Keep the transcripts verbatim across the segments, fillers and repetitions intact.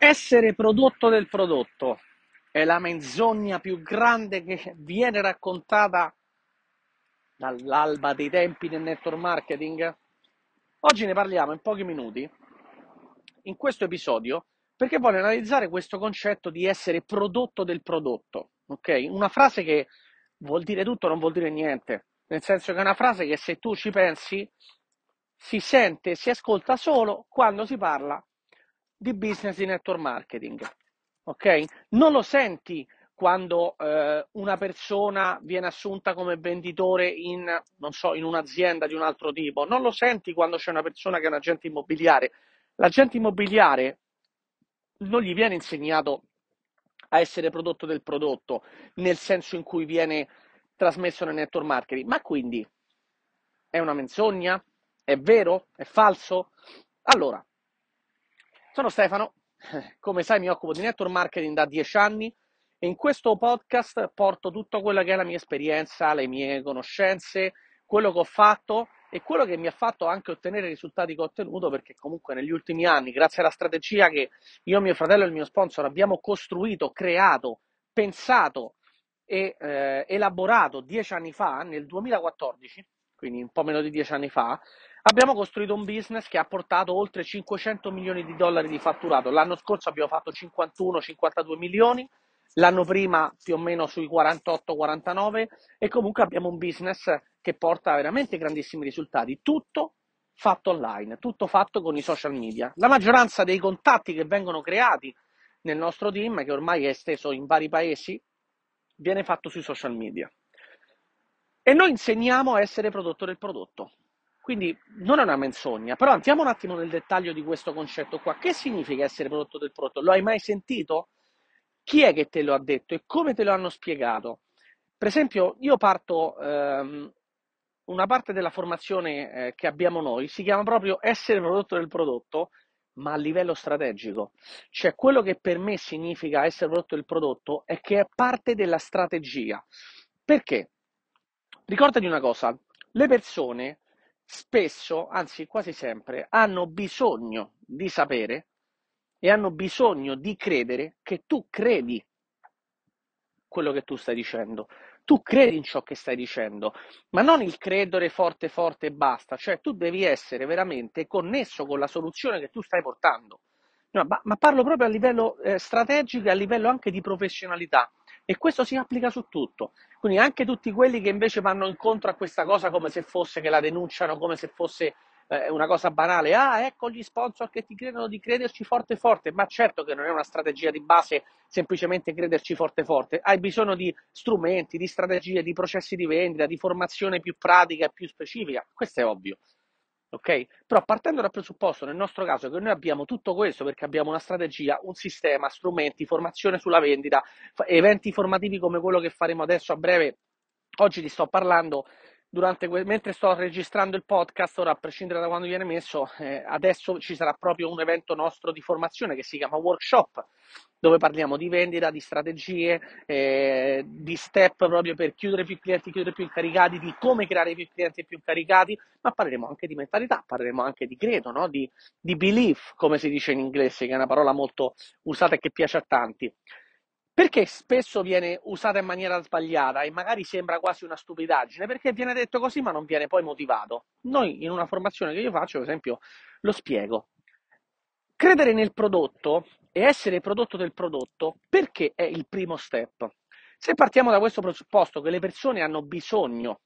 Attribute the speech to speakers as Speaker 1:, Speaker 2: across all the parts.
Speaker 1: Essere prodotto del prodotto è la menzogna più grande che viene raccontata dall'alba dei tempi del network marketing. Oggi ne parliamo in pochi minuti, in questo episodio, perché voglio analizzare questo concetto di essere prodotto del prodotto. Ok? Una frase che vuol dire tutto, non vuol dire niente. Nel senso che è una frase che, se tu ci pensi, si sente, si ascolta solo quando si parla di business di network marketing. Ok? Non lo senti quando eh, una persona viene assunta come venditore in, non so, in un'azienda di un altro tipo. Non lo senti quando c'è una persona che è un agente immobiliare. L'agente immobiliare non gli viene insegnato a essere prodotto del prodotto, nel senso in cui viene trasmesso nel network marketing. Ma quindi è una menzogna? È vero? È falso? Allora, sono Stefano, come sai mi occupo di network marketing da dieci anni e in questo podcast porto tutto quello che è la mia esperienza, le mie conoscenze, quello che ho fatto e quello che mi ha fatto anche ottenere i risultati che ho ottenuto, perché comunque negli ultimi anni, grazie alla strategia che io, mio fratello e il mio sponsor abbiamo costruito, creato, pensato e eh, elaborato dieci anni fa, nel duemilaquattordici, quindi un po' meno di dieci anni fa, abbiamo costruito un business che ha portato oltre cinquecento milioni di dollari di fatturato. L'anno scorso abbiamo fatto cinquantuno cinquantadue milioni, l'anno prima più o meno sui quarantotto quarantanove, e comunque abbiamo un business che porta veramente grandissimi risultati. Tutto fatto online, tutto fatto con i social media. La maggioranza dei contatti che vengono creati nel nostro team, che ormai è esteso in vari paesi, viene fatto sui social media. E noi insegniamo a essere prodotto del prodotto. Quindi non è una menzogna, però andiamo un attimo nel dettaglio di questo concetto qua. Che significa essere prodotto del prodotto? Lo hai mai sentito? Chi è che te lo ha detto e come te lo hanno spiegato? Per esempio, io parto, ehm, una parte della formazione eh, che abbiamo noi si chiama proprio essere prodotto del prodotto, ma a livello strategico. Cioè, quello che per me significa essere prodotto del prodotto è che è parte della strategia. Perché? Ricordati una cosa, le persone spesso, anzi quasi sempre, hanno bisogno di sapere e hanno bisogno di credere che tu credi quello che tu stai dicendo. Tu credi in ciò che stai dicendo, ma non il credere forte forte e basta, cioè tu devi essere veramente connesso con la soluzione che tu stai portando. No, ma, ma parlo proprio a livello eh, strategico e a livello anche di professionalità, e questo si applica su tutto. Quindi anche tutti quelli che invece vanno incontro a questa cosa come se fosse, che la denunciano come se fosse eh, una cosa banale. Ah, ecco gli sponsor che ti credono di crederci forte forte, ma certo che non è una strategia di base semplicemente crederci forte forte. Hai bisogno di strumenti, di strategie, di processi di vendita, di formazione più pratica e più specifica. Questo è ovvio. Ok? Però partendo dal presupposto, nel nostro caso, che noi abbiamo tutto questo perché abbiamo una strategia, un sistema, strumenti, formazione sulla vendita, eventi formativi come quello che faremo adesso a breve. Oggi ti sto parlando durante que- mentre sto registrando il podcast, ora a prescindere da quando viene messo, eh, adesso ci sarà proprio un evento nostro di formazione che si chiama Workshop, dove parliamo di vendita, di strategie, eh, di step proprio per chiudere più clienti, chiudere più incaricati, di come creare più clienti più incaricati, ma parleremo anche di mentalità, parleremo anche di credo, no? di, di belief, come si dice in inglese, che è una parola molto usata e che piace a tanti. Perché spesso viene usata in maniera sbagliata e magari sembra quasi una stupidaggine? Perché viene detto così ma non viene poi motivato. Noi in una formazione che io faccio, per esempio, lo spiego. Credere nel prodotto e essere prodotto del prodotto, perché è il primo step? Se partiamo da questo presupposto che le persone hanno bisogno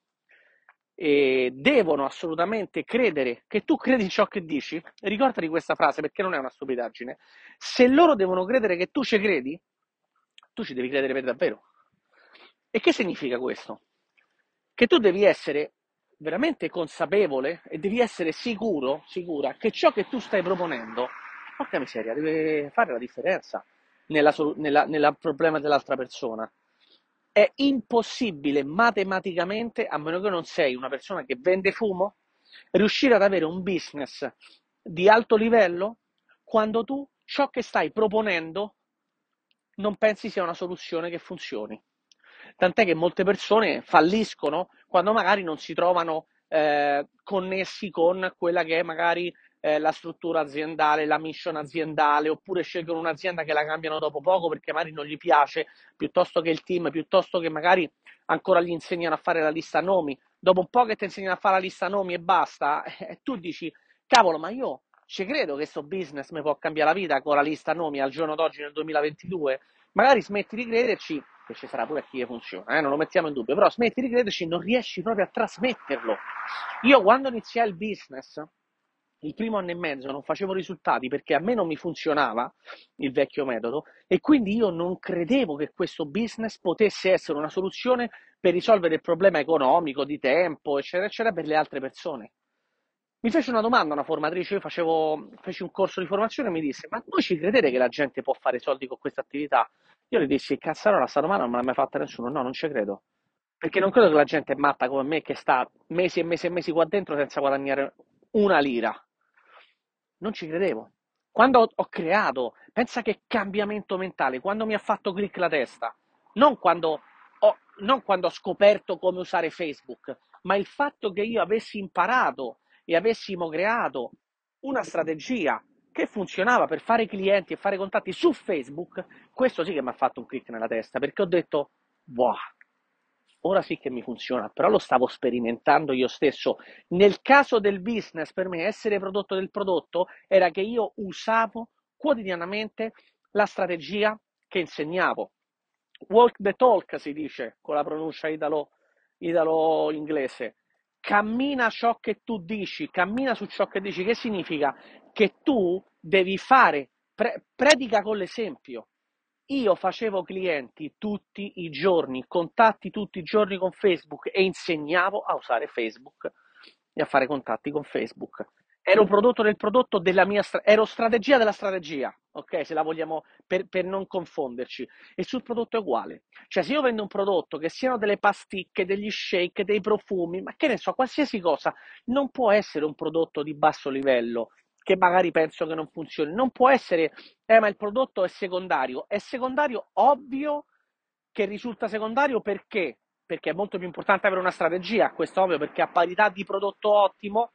Speaker 1: e devono assolutamente credere che tu credi in ciò che dici, ricordati questa frase perché non è una stupidaggine. Se loro devono credere che tu ci credi, tu ci devi credere per davvero. E che significa questo? Che tu devi essere veramente consapevole e devi essere sicuro, sicura, che ciò che tu stai proponendo, porca miseria, deve fare la differenza nella, nella, nella problema dell'altra persona. È impossibile matematicamente, a meno che non sei una persona che vende fumo, riuscire ad avere un business di alto livello quando tu ciò che stai proponendo non pensi sia una soluzione che funzioni. Tant'è che molte persone falliscono quando magari non si trovano eh, connessi con quella che è magari eh, la struttura aziendale, la mission aziendale, oppure scelgono un'azienda che la cambiano dopo poco perché magari non gli piace, piuttosto che il team, piuttosto che magari ancora gli insegnano a fare la lista nomi. Dopo un po' che ti insegnano a fare la lista nomi e basta, eh, tu dici, cavolo, ma io ci credo che questo business mi può cambiare la vita con la lista nomi al giorno d'oggi nel duemilaventidue. Magari smetti di crederci, che ci sarà pure a chi funziona, eh, non lo mettiamo in dubbio, però smetti di crederci, non riesci proprio a trasmetterlo. Io quando iniziai il business, il primo anno e mezzo non facevo risultati perché a me non mi funzionava il vecchio metodo e quindi io non credevo che questo business potesse essere una soluzione per risolvere il problema economico, di tempo, eccetera, eccetera, per le altre persone. Mi fece una domanda una formatrice, io facevo, feci un corso di formazione e mi disse, ma voi ci credete che la gente può fare soldi con questa attività? Io le dissi, cazzarola, sta domanda non me l'ha mai fatta nessuno, no, non ci credo. Perché non credo che la gente è matta come me che sta mesi e mesi e mesi qua dentro senza guadagnare una lira. Non ci credevo. Quando ho, ho creato, pensa che cambiamento mentale, quando mi ha fatto click la testa, non quando ho, non quando ho scoperto come usare Facebook, ma il fatto che io avessi imparato e avessimo creato una strategia che funzionava per fare clienti e fare contatti su Facebook, questo sì che mi ha fatto un click nella testa, perché ho detto, wow, ora sì che mi funziona, però lo stavo sperimentando io stesso. Nel caso del business, per me essere prodotto del prodotto era che io usavo quotidianamente la strategia che insegnavo. Walk the talk si dice con la pronuncia italo, italo-inglese. Cammina ciò che tu dici, cammina su ciò che dici. Che significa? Che tu devi fare, pre- predica con l'esempio. Io facevo clienti tutti i giorni, contatti tutti i giorni con Facebook e insegnavo a usare Facebook e a fare contatti con Facebook. Ero prodotto del prodotto della mia stra- ero strategia della strategia, ok? Se la vogliamo per, per non confonderci. E sul prodotto è uguale. Cioè, se io vendo un prodotto che siano delle pasticche, degli shake, dei profumi, ma che ne so, qualsiasi cosa, non può essere un prodotto di basso livello che magari penso che non funzioni. Non può essere, eh, ma il prodotto è secondario. È secondario, ovvio che risulta secondario perché? Perché è molto più importante avere una strategia, questo è ovvio, perché a parità di prodotto ottimo,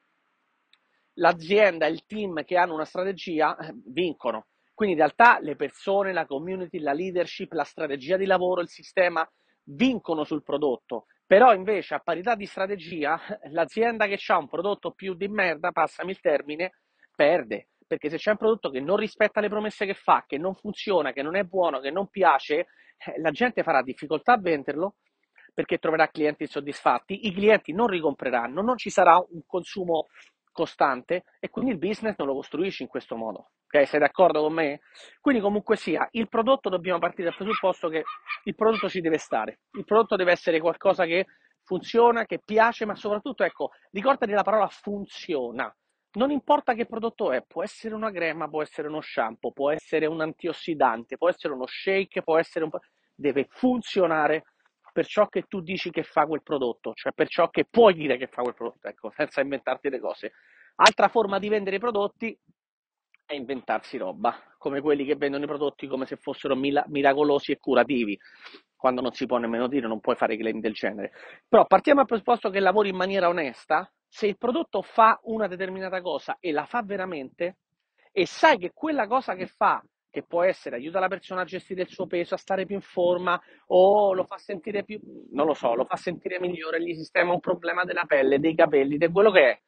Speaker 1: l'azienda e il team che hanno una strategia eh, vincono. Quindi in realtà le persone, la community, la leadership, la strategia di lavoro, il sistema vincono sul prodotto. Però invece a parità di strategia, l'azienda che ha un prodotto più di merda, passami il termine, perde. Perché se c'è un prodotto che non rispetta le promesse che fa, che non funziona, che non è buono, che non piace, eh, la gente farà difficoltà a venderlo perché troverà clienti insoddisfatti, i clienti non ricompreranno, non ci sarà un consumo costante e quindi il business non lo costruisci in questo modo. Ok, sei d'accordo con me? Quindi comunque sia, il prodotto dobbiamo partire dal presupposto che il prodotto ci deve stare, il prodotto deve essere qualcosa che funziona, che piace, ma soprattutto, ecco, ricordati la parola funziona. Non importa che prodotto è, può essere una crema, può essere uno shampoo, può essere un antiossidante, può essere uno shake, può essere un... deve funzionare per ciò che tu dici che fa quel prodotto, cioè per ciò che puoi dire che fa quel prodotto, ecco, senza inventarti le cose. Altra forma di vendere i prodotti è inventarsi roba, come quelli che vendono i prodotti come se fossero mila- miracolosi e curativi, quando non si può nemmeno dire, non puoi fare claim del genere. Però partiamo dal presupposto che lavori in maniera onesta, se il prodotto fa una determinata cosa e la fa veramente, e sai che quella cosa che fa, che può essere aiuta la persona a gestire il suo peso, a stare più in forma, o lo fa sentire più, non lo so, lo fa sentire migliore, gli sistema un problema della pelle, dei capelli, di quello che è,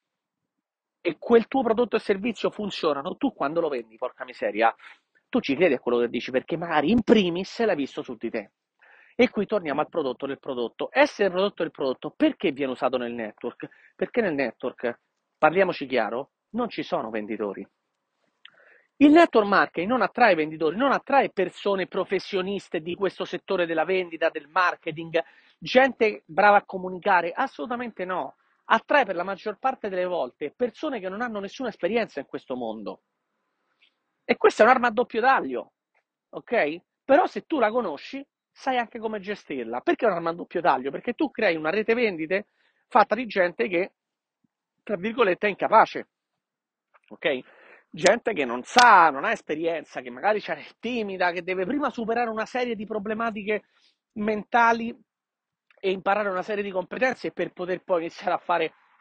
Speaker 1: e quel tuo prodotto e servizio funzionano, tu quando lo vendi, porca miseria, tu ci credi a quello che dici perché magari in primis l'hai visto su di te. E qui torniamo al prodotto del prodotto. Essere prodotto del prodotto, perché viene usato nel network? Perché nel network, parliamoci chiaro, non ci sono venditori. Il network marketing non attrae venditori, non attrae persone professioniste di questo settore della vendita, del marketing, gente brava a comunicare, assolutamente no. Attrae per la maggior parte delle volte persone che non hanno nessuna esperienza in questo mondo. E questa è un'arma a doppio taglio, ok? Però se tu la conosci, sai anche come gestirla. Perché è un'arma a doppio taglio? Perché tu crei una rete vendite fatta di gente che, tra virgolette, è incapace, ok? Gente che non sa, non ha esperienza, che magari è timida, che deve prima superare una serie di problematiche mentali e imparare una serie di competenze per poter poi iniziare a fare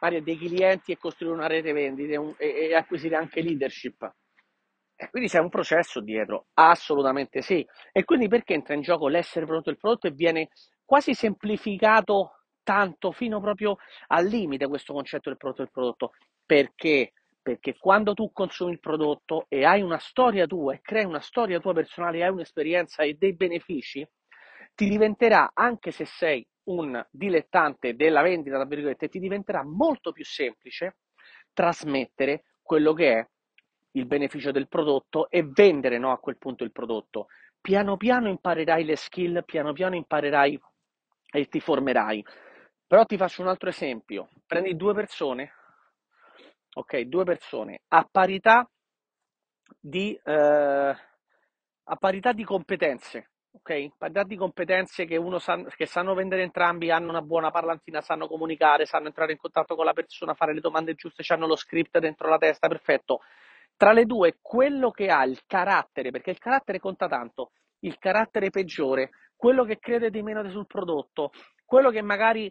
Speaker 1: magari dei clienti e costruire una rete vendite un- e, e acquisire anche leadership. E quindi c'è un processo dietro, assolutamente sì. E quindi perché entra in gioco l'essere prodotto il prodotto e viene quasi semplificato tanto fino proprio al limite questo concetto del prodotto del prodotto? Perché? Perché quando tu consumi il prodotto e hai una storia tua e crei una storia tua personale, hai un'esperienza e dei benefici, ti diventerà, anche se sei un dilettante della vendita, tra virgolette, ti diventerà molto più semplice trasmettere quello che è il beneficio del prodotto e vendere, no, a quel punto il prodotto. Piano piano imparerai le skill, piano piano imparerai e ti formerai. Però ti faccio un altro esempio. Prendi due persone, ok, due persone a parità di, eh, a parità di competenze, ok? Parità di competenze che, uno sa, che sanno vendere entrambi, hanno una buona parlantina, sanno comunicare, sanno entrare in contatto con la persona, fare le domande giuste, hanno lo script dentro la testa, perfetto. Tra le due, quello che ha il carattere, perché il carattere conta tanto, il carattere peggiore, quello che crede di meno sul prodotto, quello che magari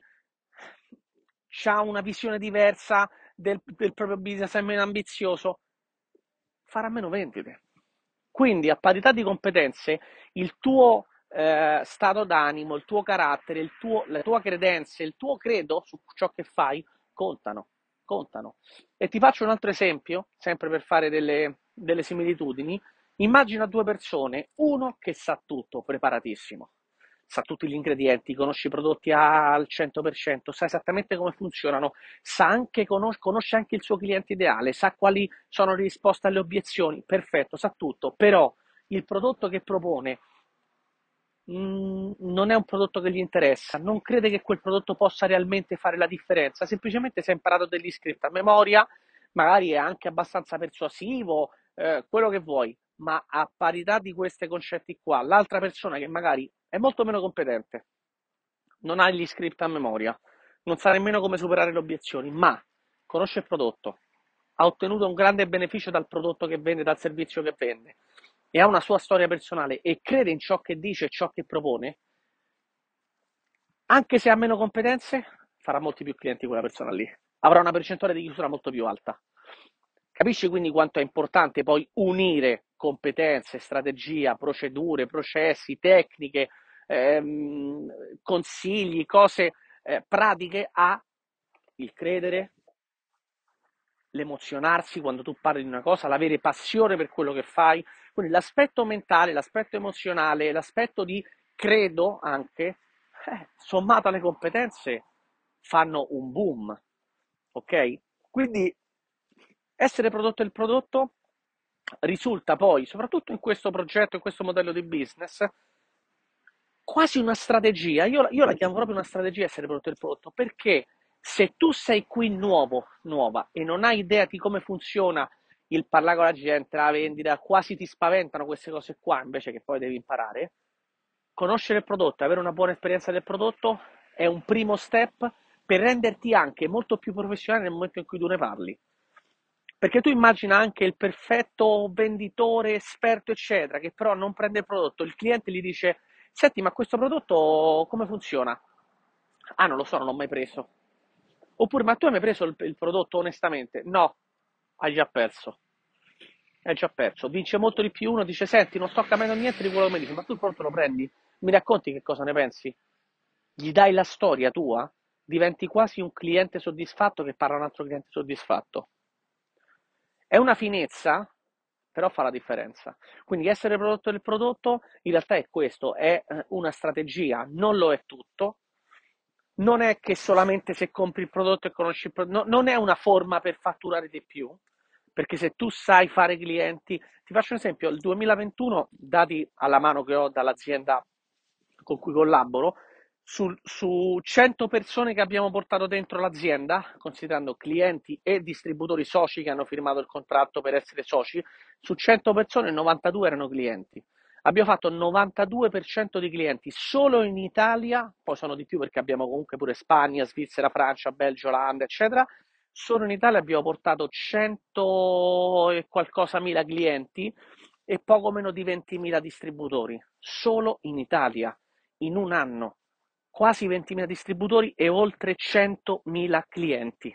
Speaker 1: ha una visione diversa del, del proprio business, è meno ambizioso, farà meno vendite. Quindi, a parità di competenze, il tuo eh, stato d'animo, il tuo carattere, il tuo, le tue credenze, il tuo credo su ciò che fai contano, contano. E ti faccio un altro esempio, sempre per fare delle, delle similitudini. Immagina due persone, uno che sa tutto, preparatissimo, sa tutti gli ingredienti, conosce i prodotti al cento per cento, sa esattamente come funzionano, sa anche, conosce anche il suo cliente ideale, sa quali sono le risposte alle obiezioni, perfetto, sa tutto, però il prodotto che propone mh, non è un prodotto che gli interessa, non crede che quel prodotto possa realmente fare la differenza, semplicemente si è imparato degli script a memoria, magari è anche abbastanza persuasivo, eh, quello che vuoi, ma a parità di questi concetti qua, l'altra persona che magari è molto meno competente, non ha gli script a memoria, non sa nemmeno come superare le obiezioni, ma conosce il prodotto, ha ottenuto un grande beneficio dal prodotto che vende, dal servizio che vende, e ha una sua storia personale e crede in ciò che dice e ciò che propone, anche se ha meno competenze, farà molti più clienti quella persona lì. Avrà una percentuale di chiusura molto più alta. Capisci quindi quanto è importante poi unire competenze, strategia, procedure, processi, tecniche, ehm, consigli, cose eh, pratiche a il credere, l'emozionarsi quando tu parli di una cosa, l'avere passione per quello che fai. Quindi l'aspetto mentale, l'aspetto emozionale, l'aspetto di credo anche, eh, sommato alle competenze, fanno un boom. Ok? Quindi essere prodotto il prodotto risulta poi, soprattutto in questo progetto, in questo modello di business, quasi una strategia. Io, io la chiamo proprio una strategia essere prodotto il prodotto, perché se tu sei qui nuovo, nuova, e non hai idea di come funziona il parlare con la gente, la vendita, quasi ti spaventano queste cose qua, invece che poi devi imparare, conoscere il prodotto, avere una buona esperienza del prodotto è un primo step per renderti anche molto più professionale nel momento in cui tu ne parli. Perché tu immagina anche il perfetto venditore, esperto, eccetera, che però non prende il prodotto, il cliente gli dice: senti, ma questo prodotto come funziona? Ah, non lo so, non l'ho mai preso. Oppure, ma tu hai mai preso il, il prodotto onestamente? No, hai già perso. Hai già perso. Vince molto di più uno, dice: senti, non sto capendo niente di quello che mi dici, ma tu il prodotto lo prendi? Mi racconti che cosa ne pensi? Gli dai la storia tua, diventi quasi un cliente soddisfatto che parla a un altro cliente soddisfatto. È una finezza, però fa la differenza. Quindi essere prodotto del prodotto in realtà è questo, è eh, una strategia, non lo è tutto. Non è che solamente se compri il prodotto e conosci il prodotto, no, non è una forma per fatturare di più, perché se tu sai fare clienti, ti faccio un esempio, il duemilaventuno, dati alla mano che ho dall'azienda con cui collaboro, su, su cento persone che abbiamo portato dentro l'azienda, considerando clienti e distributori soci che hanno firmato il contratto per essere soci, su cento persone novantadue erano clienti. Abbiamo fatto il novantadue per cento di clienti solo in Italia, poi sono di più perché abbiamo comunque pure Spagna, Svizzera, Francia, Belgio, Olanda, eccetera. Solo in Italia abbiamo portato cento e qualcosa mila clienti e poco meno di ventimila distributori. Solo in Italia, in un anno. Quasi ventimila distributori e oltre centomila clienti.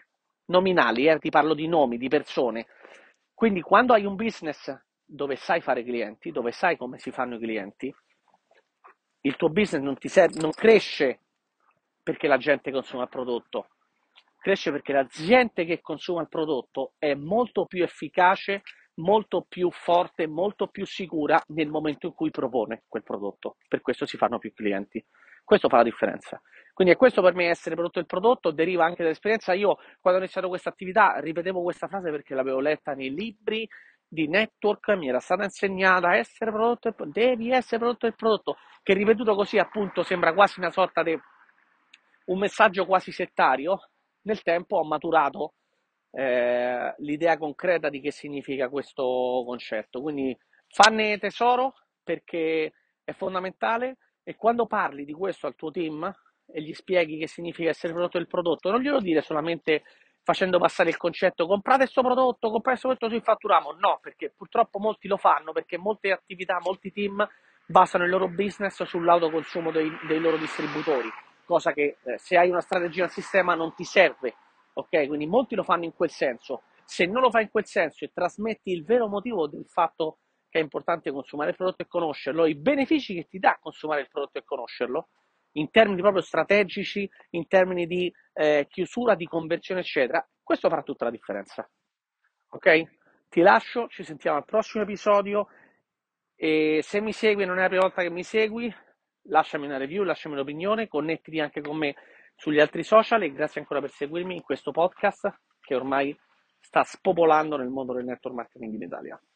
Speaker 1: nominali, eh, ti parlo di nomi, di persone. Quindi quando hai un business dove sai fare clienti, dove sai come si fanno i clienti, il tuo business non, ti serve, non cresce perché la gente consuma il prodotto, cresce perché la gente che consuma il prodotto è molto più efficace, molto più forte, molto più sicura nel momento in cui propone quel prodotto. Per questo si fanno più clienti. Questo fa la differenza. Quindi è questo per me essere prodotto il prodotto, deriva anche dall'esperienza. Io quando ho iniziato questa attività ripetevo questa frase perché l'avevo letta nei libri di network, mi era stata insegnata essere prodotto il prodotto, devi essere prodotto il prodotto, che ripetuto così appunto sembra quasi una sorta di un messaggio quasi settario. Nel tempo ho maturato eh, l'idea concreta di che significa questo concetto. Quindi fanne tesoro perché è fondamentale e quando parli di questo al tuo team e gli spieghi che significa essere prodotto del prodotto, non glielo dire solamente facendo passare il concetto comprate questo prodotto, comprate questo prodotto, si fatturiamo. No, perché purtroppo molti lo fanno, perché molte attività, molti team basano il loro business sull'autoconsumo dei, dei loro distributori, cosa che eh, se hai una strategia al sistema non ti serve, ok? Quindi molti lo fanno in quel senso. Se non lo fai in quel senso e trasmetti il vero motivo del fatto che è importante consumare il prodotto e conoscerlo, i benefici che ti dà consumare il prodotto e conoscerlo, in termini proprio strategici, in termini di eh, chiusura, di conversione, eccetera, questo farà tutta la differenza. Ok? Ti lascio, ci sentiamo al prossimo episodio e se mi segui e non è la prima volta che mi segui, lasciami una review, lasciami un'opinione, connettiti anche con me sugli altri social e grazie ancora per seguirmi in questo podcast che ormai sta spopolando nel mondo del network marketing in Italia.